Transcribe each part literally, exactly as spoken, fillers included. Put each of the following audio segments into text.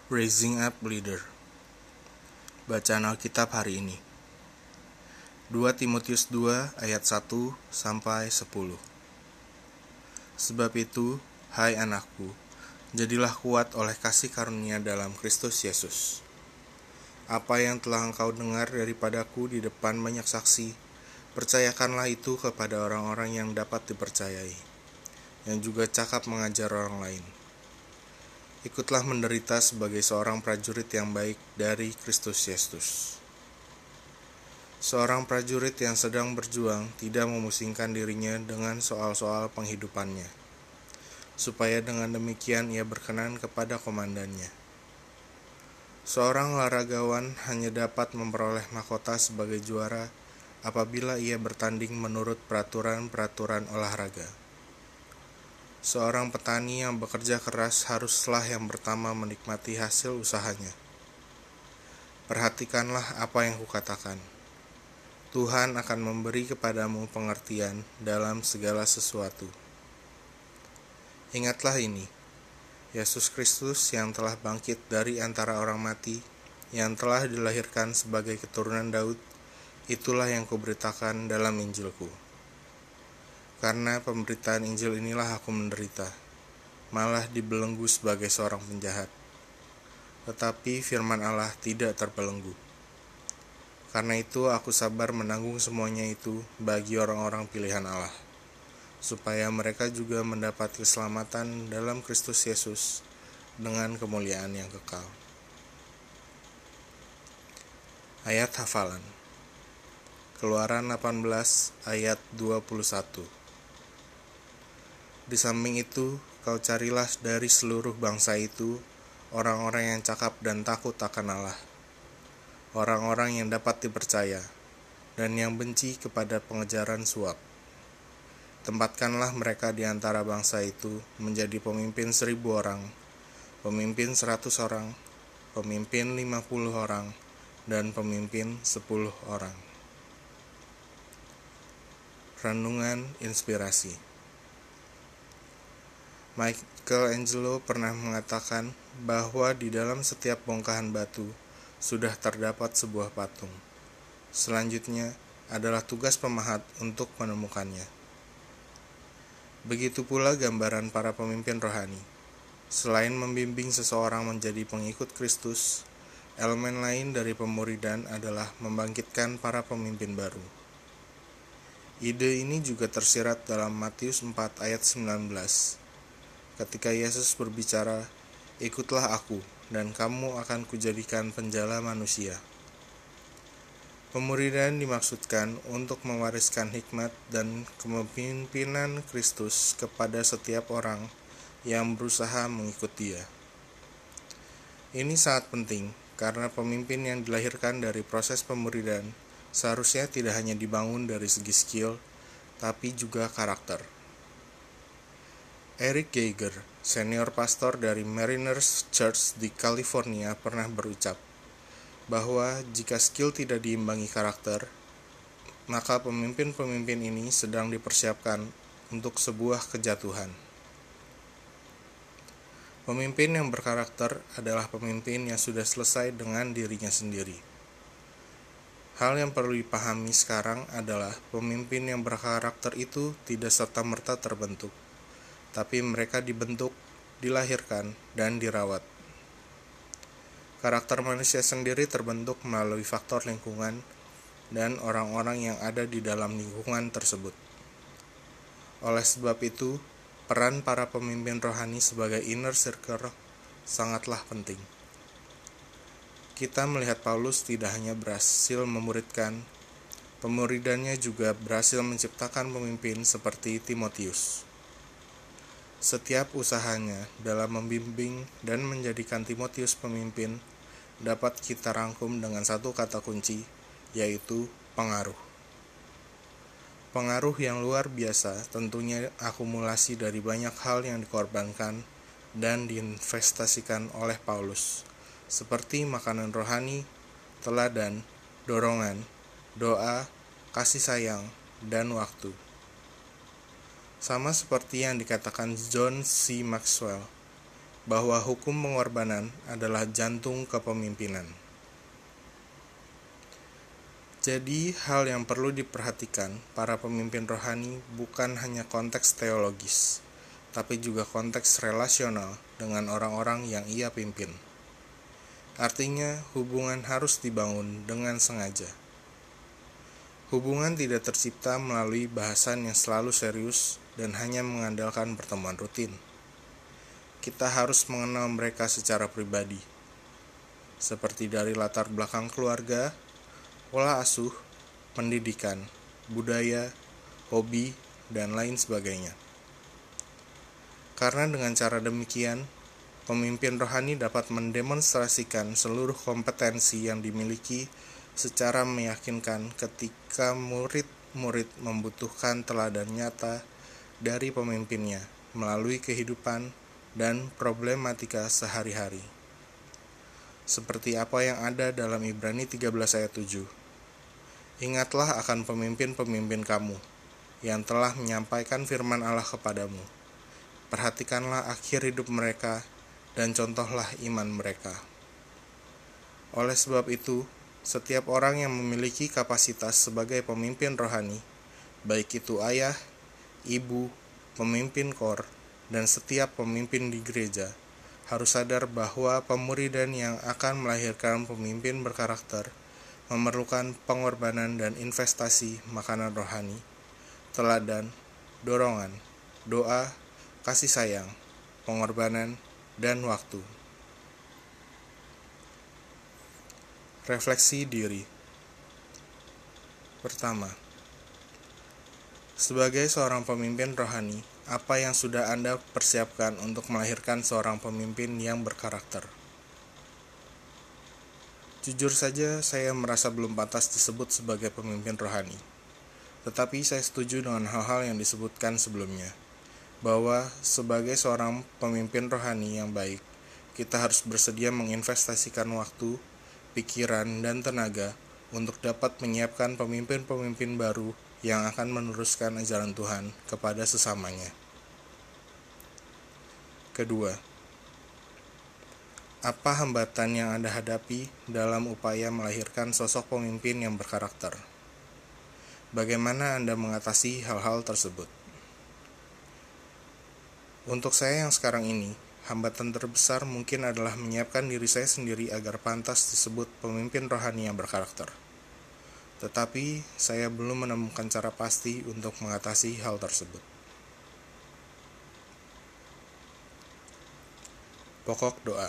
Raising Up Leader. Bacaan Alkitab hari ini. dua Timotius dua ayat satu sampai sepuluh. Sebab itu, hai anakku, jadilah kuat oleh kasih karunia dalam Kristus Yesus. Apa yang telah engkau dengar daripadaku di depan banyak saksi, percayakanlah itu kepada orang-orang yang dapat dipercayai, yang juga cakap mengajar orang lain. Ikutlah menderita sebagai seorang prajurit yang baik dari Kristus Yesus. Seorang prajurit yang sedang berjuang tidak memusingkan dirinya dengan soal-soal penghidupannya, supaya dengan demikian ia berkenan kepada komandannya. Seorang olahragawan hanya dapat memperoleh mahkota sebagai juara apabila ia bertanding menurut peraturan-peraturan olahraga. Seorang petani yang bekerja keras haruslah yang pertama menikmati hasil usahanya. Perhatikanlah apa yang kukatakan. Tuhan akan memberi kepadamu pengertian dalam segala sesuatu. Ingatlah ini, Yesus Kristus yang telah bangkit dari antara orang mati, yang telah dilahirkan sebagai keturunan Daud, itulah yang kuberitakan dalam Injilku. Karena pemberitaan Injil inilah aku menderita, malah dibelenggu sebagai seorang penjahat. Tetapi firman Allah tidak terbelenggu. Karena itu aku sabar menanggung semuanya itu bagi orang-orang pilihan Allah, supaya mereka juga mendapat keselamatan dalam Kristus Yesus dengan kemuliaan yang kekal. Ayat hafalan. Keluaran delapan belas ayat dua puluh satu. Di samping itu, kau carilah dari seluruh bangsa itu orang-orang yang cakap dan takut akan Allah, orang-orang yang dapat dipercaya, dan yang benci kepada pengejaran suap. Tempatkanlah mereka di antara bangsa itu menjadi pemimpin seribu orang, pemimpin seratus orang, pemimpin lima puluh orang, dan pemimpin sepuluh orang. Renungan inspirasi. Michelangelo pernah mengatakan bahwa di dalam setiap bongkahan batu sudah terdapat sebuah patung. Selanjutnya adalah tugas pemahat untuk menemukannya. Begitu pula gambaran para pemimpin rohani. Selain membimbing seseorang menjadi pengikut Kristus, elemen lain dari pemuridan adalah membangkitkan para pemimpin baru. Ide ini juga tersirat dalam Matius empat ayat sembilan belas. Ketika Yesus berbicara, ikutlah aku, dan kamu akan kujadikan penjala manusia. Pemuridan dimaksudkan untuk mewariskan hikmat dan kepemimpinan Kristus kepada setiap orang yang berusaha mengikut Dia. Ini sangat penting, karena pemimpin yang dilahirkan dari proses pemuridan seharusnya tidak hanya dibangun dari segi skill, tapi juga karakter. Eric Geiger, senior pastor dari Mariners Church di California, pernah berucap bahwa jika skill tidak diimbangi karakter, maka pemimpin-pemimpin ini sedang dipersiapkan untuk sebuah kejatuhan. Pemimpin yang berkarakter adalah pemimpin yang sudah selesai dengan dirinya sendiri. Hal yang perlu dipahami sekarang adalah pemimpin yang berkarakter itu tidak serta-merta terbentuk, tapi mereka dibentuk, dilahirkan, dan dirawat. Karakter manusia sendiri terbentuk melalui faktor lingkungan dan orang-orang yang ada di dalam lingkungan tersebut. Oleh sebab itu, peran para pemimpin rohani sebagai inner circle sangatlah penting. Kita melihat Paulus tidak hanya berhasil memuridkan, pemuridannya juga berhasil menciptakan pemimpin seperti Timotius. Setiap usahanya dalam membimbing dan menjadikan Timotius pemimpin dapat kita rangkum dengan satu kata kunci, yaitu pengaruh. Pengaruh yang luar biasa tentunya akumulasi dari banyak hal yang dikorbankan dan diinvestasikan oleh Paulus, seperti makanan rohani, teladan, dorongan, doa, kasih sayang, dan waktu. Sama seperti yang dikatakan John C. Maxwell, bahwa hukum pengorbanan adalah jantung kepemimpinan. Jadi, hal yang perlu diperhatikan para pemimpin rohani bukan hanya konteks teologis, tapi juga konteks relasional dengan orang-orang yang ia pimpin. Artinya, hubungan harus dibangun dengan sengaja. Hubungan tidak tercipta melalui bahasan yang selalu serius dan hanya mengandalkan pertemuan rutin. Kita harus mengenal mereka secara pribadi, seperti dari latar belakang keluarga, pola asuh, pendidikan, budaya, hobi, dan lain sebagainya. Karena dengan cara demikian, pemimpin rohani dapat mendemonstrasikan seluruh kompetensi yang dimiliki secara meyakinkan ketika murid-murid membutuhkan teladan nyata dari pemimpinnya melalui kehidupan dan problematika sehari-hari. Seperti apa yang ada dalam Ibrani tiga belas ayat tujuh. Ingatlah akan pemimpin-pemimpin kamu yang telah menyampaikan firman Allah kepadamu. Perhatikanlah akhir hidup mereka dan contohlah iman mereka. Oleh sebab itu, setiap orang yang memiliki kapasitas sebagai pemimpin rohani, baik itu ayah, ibu, pemimpin kor, dan setiap pemimpin di gereja, harus sadar bahwa pemuridan yang akan melahirkan pemimpin berkarakter memerlukan pengorbanan dan investasi makanan rohani, teladan, dorongan, doa, kasih sayang, pengorbanan, dan waktu. Refleksi diri. Pertama, sebagai seorang pemimpin rohani, apa yang sudah Anda persiapkan untuk melahirkan seorang pemimpin yang berkarakter? Jujur saja, saya merasa belum pantas disebut sebagai pemimpin rohani. Tetapi saya setuju dengan hal-hal yang disebutkan sebelumnya, bahwa sebagai seorang pemimpin rohani yang baik, kita harus bersedia menginvestasikan waktu, pikiran, dan tenaga untuk dapat menyiapkan pemimpin-pemimpin baru yang akan meneruskan ajaran Tuhan kepada sesamanya. Kedua, apa hambatan yang Anda hadapi dalam upaya melahirkan sosok pemimpin yang berkarakter? Bagaimana Anda mengatasi hal-hal tersebut? Untuk saya yang sekarang ini, hambatan terbesar mungkin adalah menyiapkan diri saya sendiri agar pantas disebut pemimpin rohani yang berkarakter. Tetapi saya belum menemukan cara pasti untuk mengatasi hal tersebut. Pokok doa.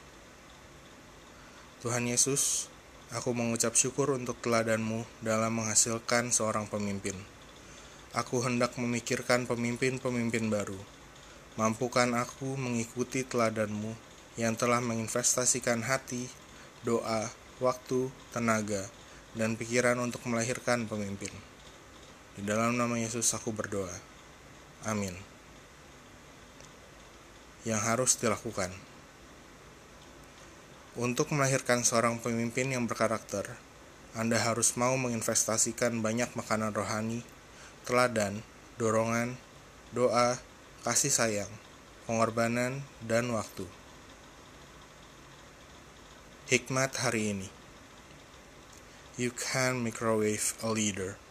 Tuhan Yesus, aku mengucap syukur untuk teladan-Mu dalam menghasilkan seorang pemimpin. Aku hendak memikirkan pemimpin-pemimpin baru. Mampukan aku mengikuti teladan-Mu yang telah menginvestasikan hati, doa, waktu, tenaga, dan pikiran untuk melahirkan pemimpin. Di dalam nama Yesus aku berdoa. Amin. Yang harus dilakukan. Untuk melahirkan seorang pemimpin yang berkarakter, Anda harus mau menginvestasikan banyak makanan rohani, teladan, dorongan, doa, kasih sayang, pengorbanan, dan waktu. Hikmat hari ini. You can microwave a leader.